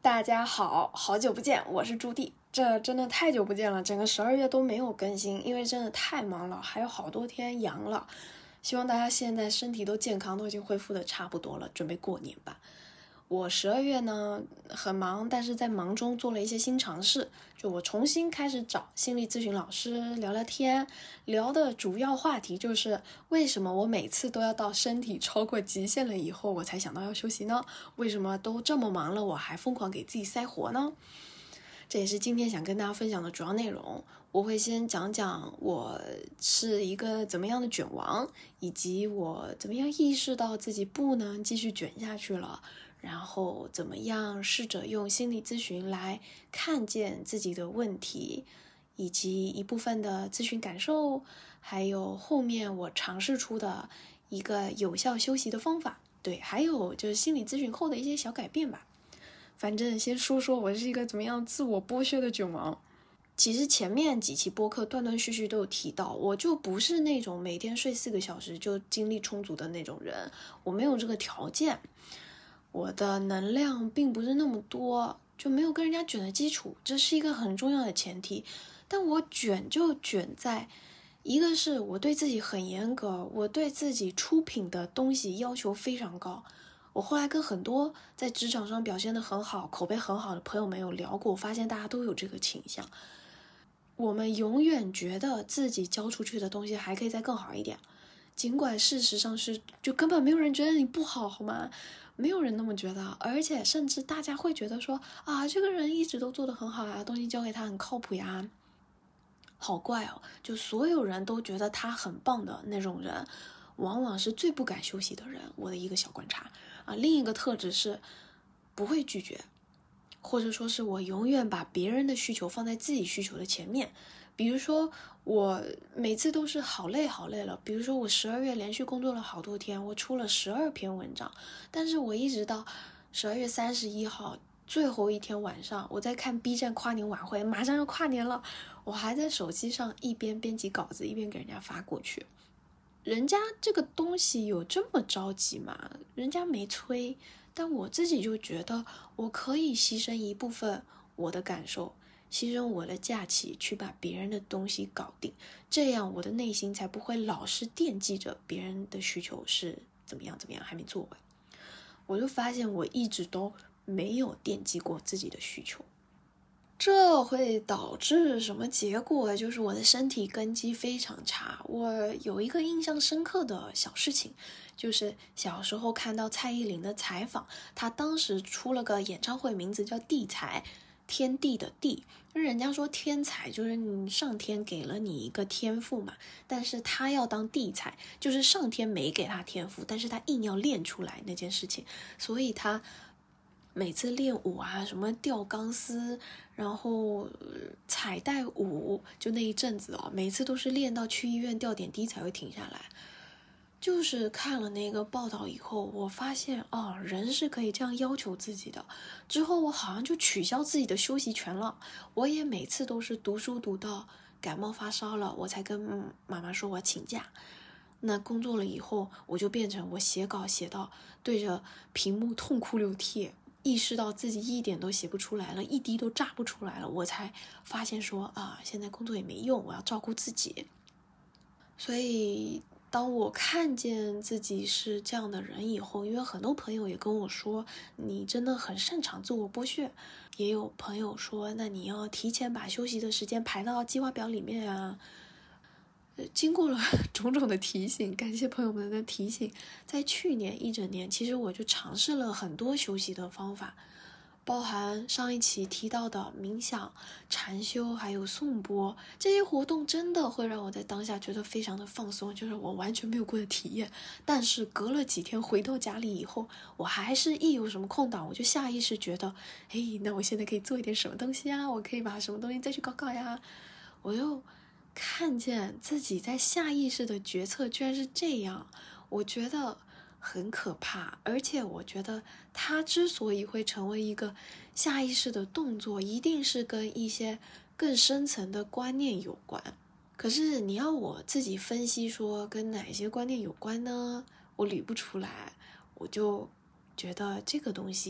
大家好，好久不见，我是朱棣。这真的太久不见了，整个12月都没有更新，因为真的太忙了，还有好多天阳了。希望大家现在身体都健康，都已经恢复的差不多了，准备过年吧。我12月呢很忙，但是在忙中做了一些新尝试，就我重新开始找心理咨询老师聊聊天，聊的主要话题就是为什么我每次都要到身体超过极限了以后我才想到要休息呢？为什么都这么忙了我还疯狂给自己塞活呢？这也是今天想跟大家分享的主要内容。我会先讲讲我是一个怎么样的卷王，以及我怎么样意识到自己不能继续卷下去了，然后怎么样试着用心理咨询来看见自己的问题，以及一部分的咨询感受，还有后面我尝试出的一个有效休息的方法。对，还有就是心理咨询后的一些小改变吧。反正先说说我是一个怎么样自我剥削的卷王。其实前面几期播客断断续续都有提到，我就不是那种每天睡4个小时就精力充足的那种人，我没有这个条件，我的能量并不是那么多，就没有跟人家卷的基础，这是一个很重要的前提。但我卷就卷在，一个是我对自己很严格，我对自己出品的东西要求非常高。我后来跟很多在职场上表现得很好、口碑很好的朋友们有聊过，我发现大家都有这个倾向。我们永远觉得自己交出去的东西还可以再更好一点，尽管事实上是就根本没有人觉得你不好，好吗？没有人那么觉得，而且甚至大家会觉得说啊，这个人一直都做得很好啊，东西交给他很靠谱呀。好怪哦，就所有人都觉得他很棒的那种人，往往是最不敢休息的人。我的一个小观察啊，另一个特质是不会拒绝，或者说是我永远把别人的需求放在自己需求的前面。比如说我每次都是好累了，比如说我12月连续工作了好多天，我出了12篇文章，但是我一直到12月31号最后一天晚上，我在看 B 站跨年晚会，马上要跨年了，我还在手机上一边编辑稿子一边给人家发过去。人家这个东西有这么着急吗？人家没催，但我自己就觉得我可以牺牲一部分我的感受，牺牲我的假期去把别人的东西搞定，这样我的内心才不会老是惦记着别人的需求是怎么样还没做完。我就发现我一直都没有惦记过自己的需求，这会导致什么结果？就是我的身体根基非常差。我有一个印象深刻的小事情，就是小时候看到蔡依林的采访，她当时出了个演唱会，名字叫地才，天地的地。人家说天才就是你上天给了你一个天赋嘛，但是他要当地才，就是上天没给他天赋，但是他硬要练出来那件事情，所以他每次练舞啊，什么吊钢丝，然后彩带舞，就那一阵子每次都是练到去医院吊点滴才会停下来。就是看了那个报道以后，我发现人是可以这样要求自己的。之后我好像就取消自己的休息权了。我也每次都是读书读到感冒发烧了，我才跟妈妈说我请假。那工作了以后，我就变成我写稿写到对着屏幕痛哭流涕，意识到自己一点都写不出来了，一滴都榨不出来了，我才发现说现在工作也没用，我要照顾自己。所以当我看见自己是这样的人以后，因为很多朋友也跟我说你真的很擅长自我剥削，也有朋友说那你要提前把休息的时间排到计划表里面啊。经过了种种的提醒，感谢朋友们的提醒，在去年一整年，其实我就尝试了很多休息的方法，包含上一期提到的冥想、禅修还有颂钵，这些活动真的会让我在当下觉得非常的放松，就是我完全没有过的体验。但是隔了几天回到家里以后，我还是一有什么空档，我就下意识觉得那我现在可以做一点什么东西啊，我可以把什么东西再去搞搞呀。我又看见自己在下意识的决策居然是这样，我觉得很可怕。而且我觉得它之所以会成为一个下意识的动作，一定是跟一些更深层的观念有关。可是你要我自己分析说跟哪些观念有关呢？我捋不出来，我就觉得这个东西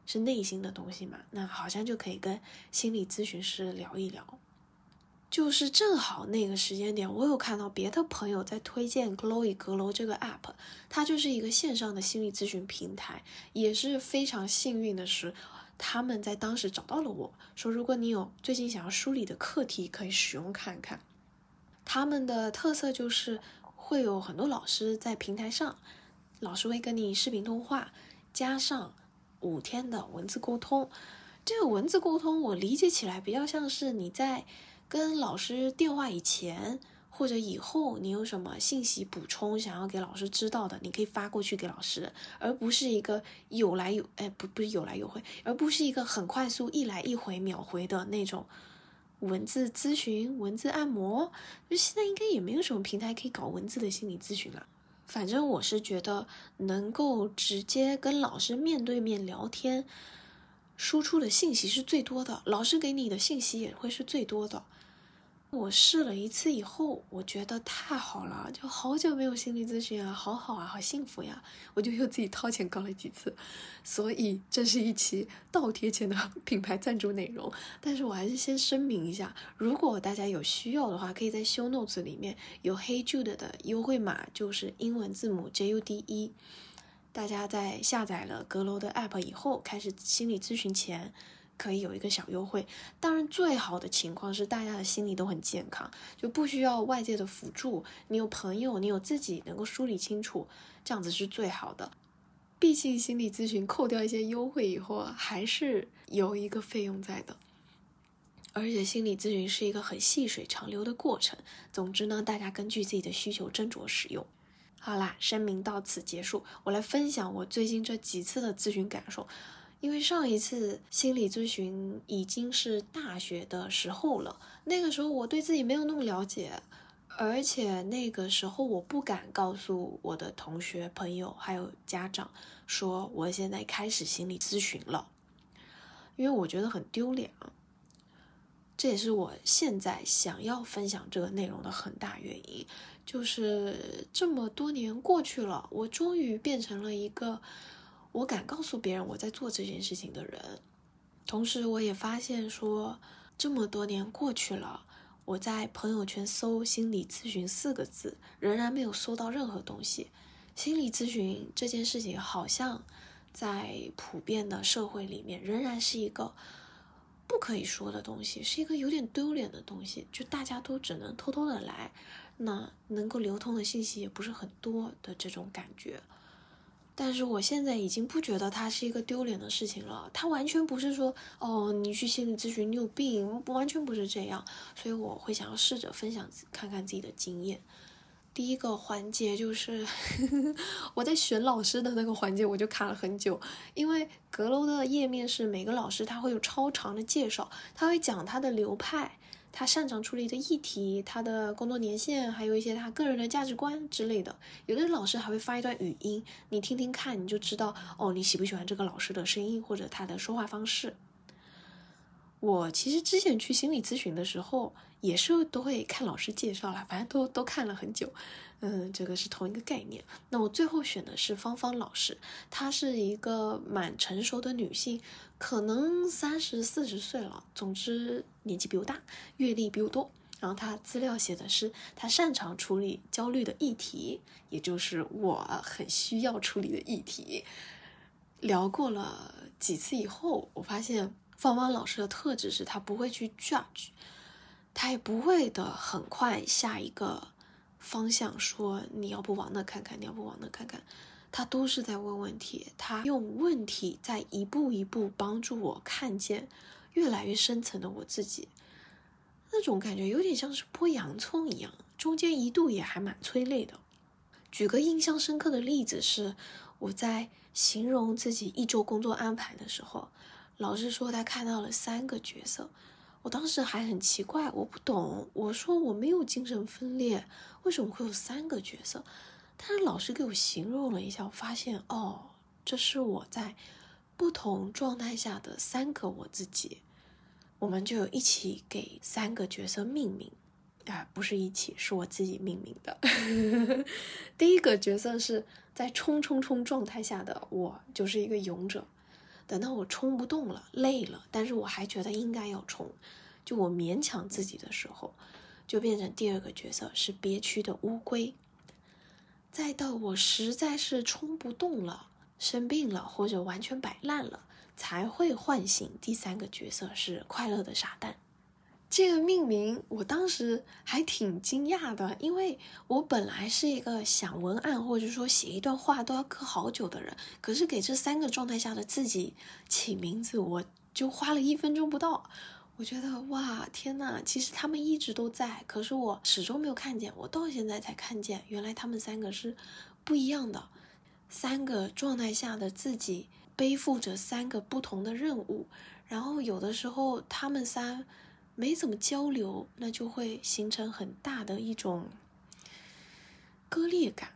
是内心的东西嘛，那好像就可以跟心理咨询师聊一聊。就是正好那个时间点，我有看到别的朋友在推荐 Glowy 阁楼这个 app， 它就是一个线上的心理咨询平台，也是非常幸运的是，他们在当时找到了我，说如果你有最近想要梳理的课题，可以使用看看。他们的特色就是会有很多老师在平台上，老师会跟你视频通话，加上5天的文字沟通。这个文字沟通我理解起来比较像是你在跟老师电话以前或者以后，你有什么信息补充想要给老师知道的，你可以发过去给老师，而不是一个不是有来有回，而不是一个很快速一来一回秒回的那种文字咨询、文字按摩。就现在应该也没有什么平台可以搞文字的心理咨询了。反正我是觉得能够直接跟老师面对面聊天，输出的信息是最多的，老师给你的信息也会是最多的。我试了一次以后，我觉得太好了，就好久没有心理咨询啊，好好啊，好幸福呀，我就又自己掏钱搞了几次。所以这是一期倒贴钱的品牌赞助内容，但是我还是先声明一下，如果大家有需要的话，可以在 show notes 里面有 Hey Jude 的优惠码，就是英文字母 JUDE。大家在下载了阁楼的 app 以后，开始心理咨询前可以有一个小优惠。当然最好的情况是大家的心理都很健康，就不需要外界的辅助，你有朋友，你有自己能够梳理清楚，这样子是最好的。毕竟心理咨询扣掉一些优惠以后还是有一个费用在的，而且心理咨询是一个很细水长流的过程。总之呢，大家根据自己的需求斟酌使用。好啦，声明到此结束。我来分享我最近这几次的咨询感受。因为上一次心理咨询已经是大学的时候了，那个时候我对自己没有那么了解，而且那个时候我不敢告诉我的同学、朋友还有家长说我现在开始心理咨询了，因为我觉得很丢脸啊。这也是我现在想要分享这个内容的很大原因，就是这么多年过去了，我终于变成了一个我敢告诉别人我在做这件事情的人。同时我也发现说，这么多年过去了，我在朋友圈搜心理咨询4个字，仍然没有搜到任何东西。心理咨询这件事情好像在普遍的社会里面仍然是一个不可以说的东西，是一个有点丢脸的东西，就大家都只能偷偷的来，那能够流通的信息也不是很多的这种感觉。但是我现在已经不觉得它是一个丢脸的事情了，它完全不是说你去心理咨询你有病，完全不是这样。所以我会想要试着分享看看自己的经验。第一个环节就是我在选老师的那个环节我就卡了很久，因为阁楼的页面是每个老师他会有超长的介绍，他会讲他的流派，他擅长处理的议题，他的工作年限，还有一些他个人的价值观之类的。有的老师还会发一段语音，你听听看，你就知道你喜不喜欢这个老师的声音或者他的说话方式。我其实之前去心理咨询的时候也是都会看老师介绍啦，反正都看了很久，这个是同一个概念。那我最后选的是芳芳老师，她是一个蛮成熟的女性，可能30、40岁了，总之年纪比我大，阅历比我多。然后她资料写的是她擅长处理焦虑的议题，也就是我很需要处理的议题。聊过了几次以后，我发现芳芳老师的特质是她不会去 judge， 她也不会的很快下一个方向说你要不往那看看，你要不往那看看，她都是在问问题，她用问题在一步一步帮助我看见越来越深层的我自己。那种感觉有点像是剥洋葱一样，中间一度也还蛮催泪的。举个印象深刻的例子是，我在形容自己1周工作安排的时候，老师说他看到了3个角色，我当时还很奇怪，我不懂，我说我没有精神分裂，为什么会有3个角色？但是老师给我形容了一下，我发现这是我在不同状态下的3个我自己。我们就一起给3个角色命名，不是一起，是我自己命名的。第一个角色是在冲状态下的我，就是一个勇者。 等到我冲不动了，累了，但是我还觉得应该要冲，就我勉强自己的时候，就变成第二个角色，是憋屈的乌龟。再到我实在是冲不动了，生病了，或者完全摆烂了，才会唤醒第三个角色，是快乐的傻蛋。这个命名我当时还挺惊讶的，因为我本来是一个想文案或者说写一段话都要刻好久的人，可是给这三个状态下的自己起名字，我就花了1分钟不到。我觉得哇，天哪，其实他们一直都在，可是我始终没有看见，我到现在才看见，原来他们三个是不一样的。三个状态下的自己背负着三个不同的任务，然后有的时候他们仨没怎么交流，那就会形成很大的一种割裂感。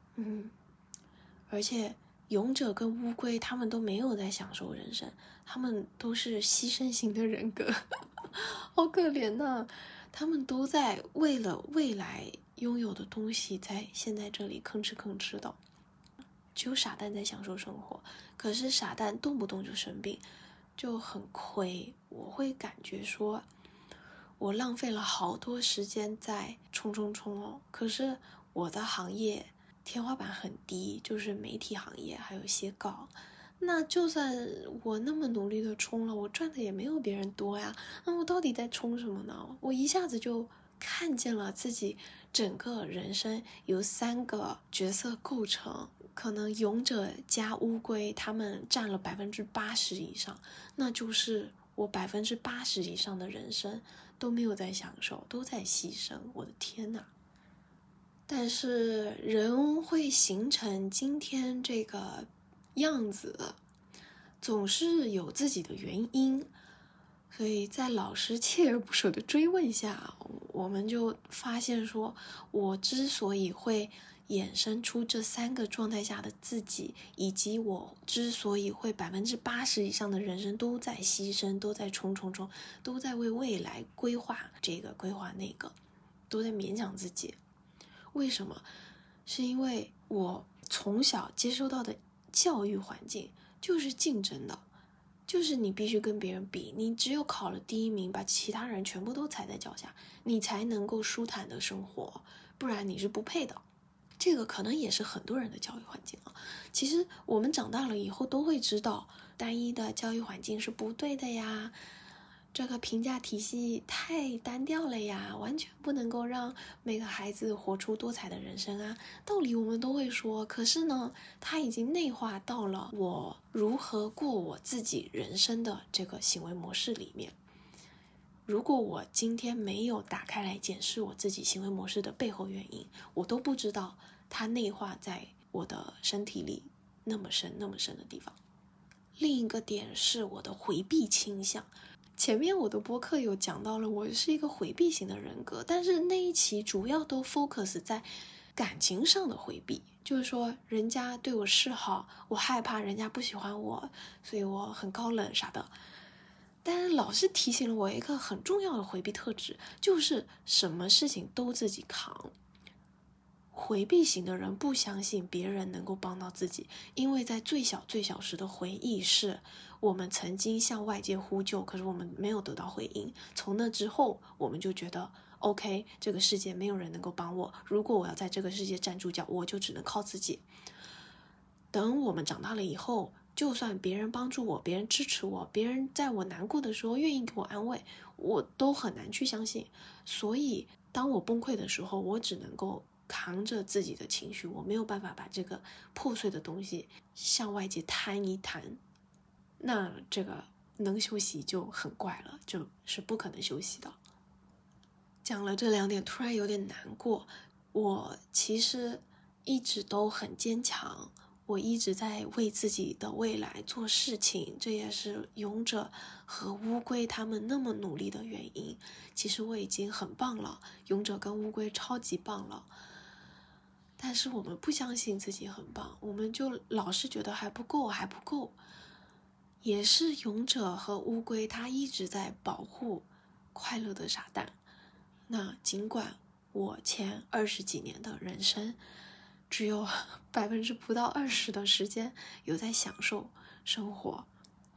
而且勇者跟乌龟他们都没有在享受人生，他们都是牺牲型的人格好可怜呐，他们都在为了未来拥有的东西在现在这里吭哧吭哧的。只有傻蛋在享受生活，可是傻蛋动不动就生病，就很亏。我会感觉说我浪费了好多时间在冲哦，可是我的行业天花板很低，就是媒体行业还有写稿，那就算我那么努力的冲了，我赚的也没有别人多呀，那我到底在冲什么呢？我一下子就看见了自己整个人生由3个角色构成，可能勇者加乌龟他们占了80%以上，那就是我80%以上的人生都没有在享受，都在牺牲。我的天哪！但是人会形成今天这个样子，总是有自己的原因，所以在老师锲而不舍的追问下，我们就发现说，我之所以会衍生出这3个状态下的自己，以及我之所以会80%以上的人生都在牺牲，都在冲，都在为未来规划这个规划那个，都在勉强自己。为什么？是因为我从小接收到的教育环境就是竞争的，就是你必须跟别人比，你只有考了第1名，把其他人全部都踩在脚下，你才能够舒坦的生活，不然你是不配的。这个可能也是很多人的教育环境啊。其实我们长大了以后都会知道，单一的教育环境是不对的呀，这个评价体系太单调了呀，完全不能够让每个孩子活出多彩的人生啊。道理我们都会说，可是呢，它已经内化到了我如何过我自己人生的这个行为模式里面。如果我今天没有打开来检视我自己行为模式的背后原因，我都不知道它内化在我的身体里那么深的地方。另一个点是我的回避倾向。前面我的播客有讲到了，我是一个回避型的人格，但是那一期主要都 focus 在感情上的回避，就是说人家对我示好，我害怕人家不喜欢我，所以我很高冷啥的。但是老师提醒了我一个很重要的回避特质，就是什么事情都自己扛。回避型的人不相信别人能够帮到自己，因为在最小时的回忆是我们曾经向外界呼救，可是我们没有得到回应，从那之后我们就觉得 OK， 这个世界没有人能够帮我，如果我要在这个世界站住脚，我就只能靠自己。等我们长大了以后，就算别人帮助我，别人支持我，别人在我难过的时候愿意给我安慰，我都很难去相信。所以当我崩溃的时候，我只能够扛着自己的情绪，我没有办法把这个破碎的东西向外界摊一摊，那这个能休息就很怪了，就是不可能休息的。讲了这2点，突然有点难过。我其实一直都很坚强，我一直在为自己的未来做事情，这也是勇者和乌龟他们那么努力的原因。其实我已经很棒了，勇者跟乌龟超级棒了，但是我们不相信自己很棒，我们就老是觉得还不够。也是勇者和乌龟他一直在保护快乐的傻蛋。那尽管我前20几年的人生只有不到20%的时间有在享受生活，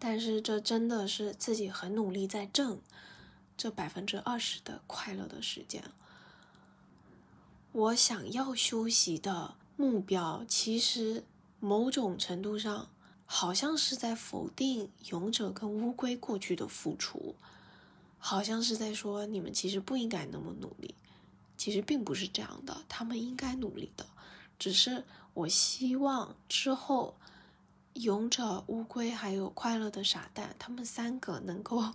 但是这真的是自己很努力在挣这20%的快乐的时间。我想要休息的目标，其实某种程度上好像是在否定勇者跟乌龟过去的付出，好像是在说你们其实不应该那么努力。其实并不是这样的，他们应该努力的，只是我希望之后勇者、乌龟还有快乐的傻蛋，他们3个能够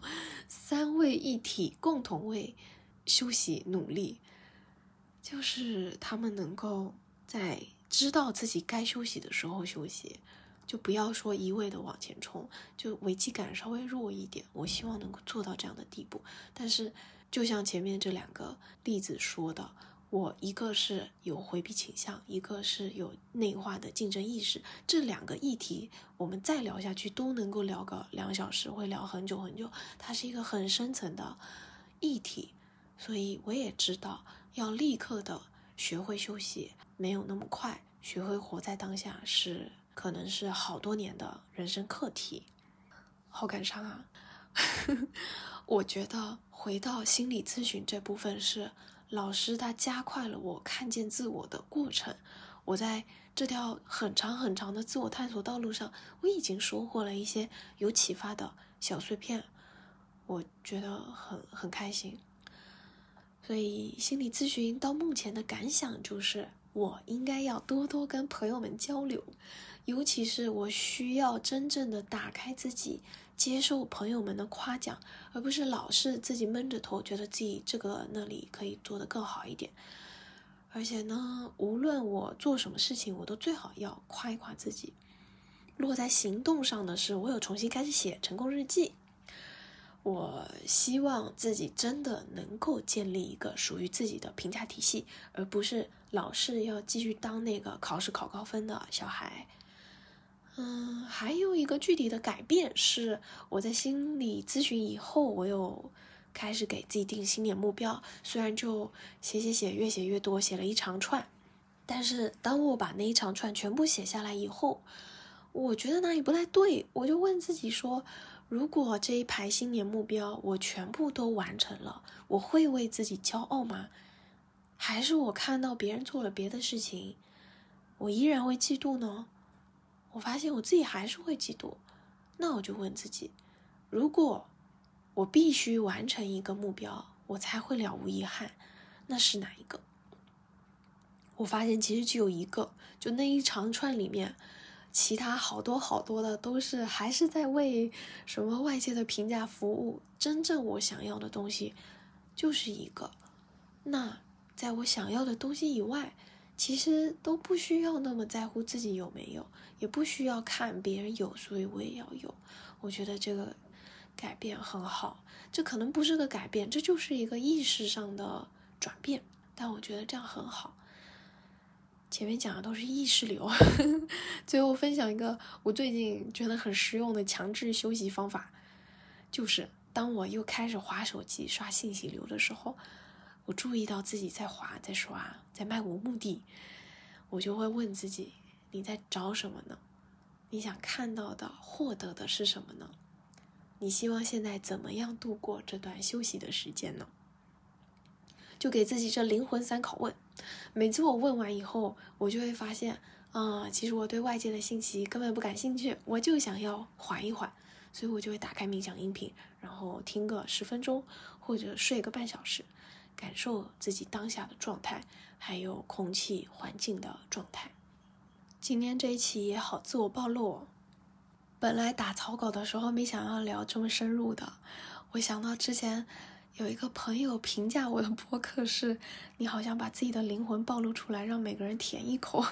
3位一体，共同为休息努力，就是他们能够在知道自己该休息的时候休息，就不要说一味的往前冲，就危机感稍微弱一点，我希望能够做到这样的地步。但是就像前面这2个例子说的，我一个是有回避倾向，一个是有内化的竞争意识，这2个议题我们再聊下去都能够聊个2小时，会聊很久很久，它是一个很深层的议题。所以我也知道要立刻的学会休息没有那么快，学会活在当下可能是好多年的人生课题。好感伤啊我觉得回到心理咨询这部分，是老师他加快了我看见自我的过程。我在这条很长很长的自我探索道路上，我已经收获了一些有启发的小碎片，我觉得很开心。所以心理咨询到目前的感想就是，我应该要多多跟朋友们交流，尤其是我需要真正的打开自己，接受朋友们的夸奖，而不是老是自己闷着头，觉得自己这个那里可以做得更好一点。而且呢，无论我做什么事情，我都最好要夸一夸自己。落在行动上的是，我有重新开始写成功日记。我希望自己真的能够建立一个属于自己的评价体系，而不是老是要继续当那个考试考高分的小孩。还有一个具体的改变是，我在心理咨询以后，我有开始给自己定新年目标，虽然就写越写越多，写了一长串，但是当我把那一长串全部写下来以后，我觉得哪里不太对，我就问自己说，如果这一排新年目标我全部都完成了，我会为自己骄傲吗？还是我看到别人做了别的事情，我依然会嫉妒呢？我发现我自己还是会嫉妒。那我就问自己，如果我必须完成一个目标，我才会了无遗憾，那是哪一个？我发现其实只有一个，就那一长串里面，其他好多好多的都是还是在为什么外界的评价服务，真正我想要的东西就是一个。那在我想要的东西以外，其实都不需要那么在乎自己有没有，也不需要看别人有，所以我也要有。我觉得这个改变很好，这可能不是个改变，这就是一个意识上的转变，但我觉得这样很好。前面讲的都是意识流最后分享一个我最近觉得很实用的强制休息方法，就是当我又开始滑手机刷信息流的时候，我注意到自己在滑在刷在漫无目的，我就会问自己，你在找什么呢？你想看到的获得的是什么呢？你希望现在怎么样度过这段休息的时间呢？就给自己这灵魂3拷问。每次我问完以后，我就会发现其实我对外界的信息根本不感兴趣，我就想要缓一缓，所以我就会打开冥想音频，然后听个10分钟，或者睡个半小时，感受自己当下的状态，还有空气环境的状态。今天这一期也好自我暴露哦，本来打草稿的时候没想要聊这么深入的，我想到之前有一个朋友评价我的播客是，你好像把自己的灵魂暴露出来，让每个人舔一口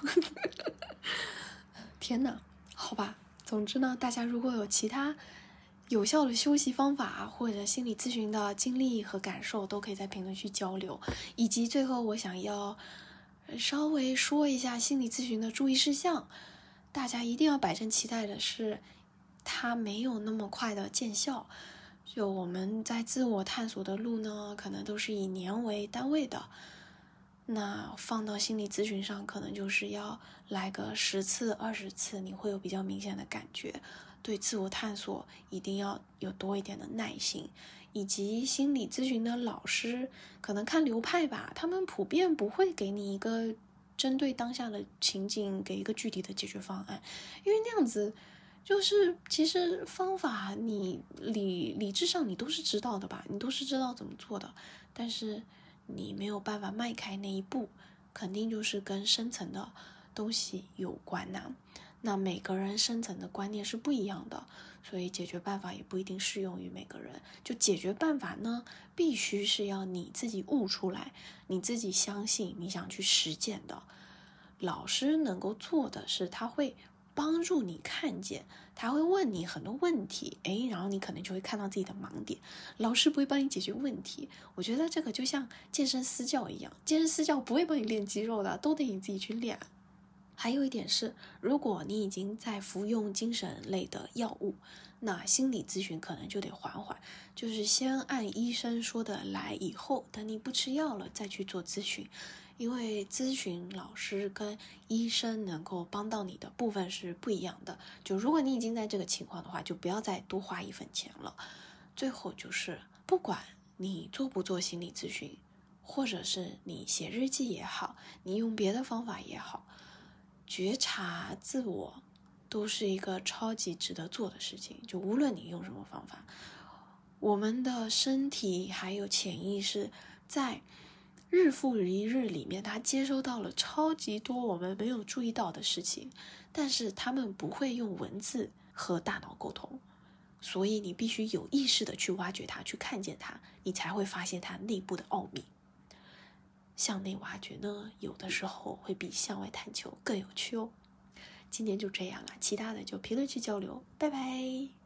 天哪，好吧，总之呢，大家如果有其他有效的休息方法或者心理咨询的经历和感受，都可以在评论区交流。以及最后我想要稍微说一下心理咨询的注意事项，大家一定要摆正期待的是，它没有那么快的见效。就我们在自我探索的路呢，可能都是以年为单位的，那放到心理咨询上，可能就是要来个10次、20次，你会有比较明显的感觉。 对自我探索一定要有多一点的耐心，以及心理咨询的老师可能看流派吧，他们普遍不会给你一个针对当下的情境给一个具体的解决方案，因为那样子就是其实方法你理智上你都是知道的吧，你都是知道怎么做的，但是你没有办法迈开那一步，肯定就是跟深层的东西有关呐。那每个人深层的观念是不一样的，所以解决办法也不一定适用于每个人。就解决办法呢，必须是要你自己悟出来，你自己相信，你想去实践的。老师能够做的是，他会帮助你看见，他会问你很多问题，然后你可能就会看到自己的盲点。老师不会帮你解决问题，我觉得这个就像健身私教一样，健身私教不会帮你练肌肉的，都得你自己去练。还有一点是，如果你已经在服用精神类的药物，那心理咨询可能就得缓缓，就是先按医生说的来，以后等你不吃药了再去做咨询。因为咨询老师跟医生能够帮到你的部分是不一样的，就如果你已经在这个情况的话，就不要再多花一分钱了。最后就是不管你做不做心理咨询，或者是你写日记也好，你用别的方法也好，觉察自我都是一个超级值得做的事情。就无论你用什么方法，我们的身体还有潜意识在日复一日里面，它接收到了超级多我们没有注意到的事情，但是他们不会用文字和大脑沟通，所以你必须有意识的去挖掘它，去看见它，你才会发现它内部的奥秘。向内挖掘呢，有的时候会比向外探求更有趣哦。今天就这样了，其他的就评论区交流，拜拜。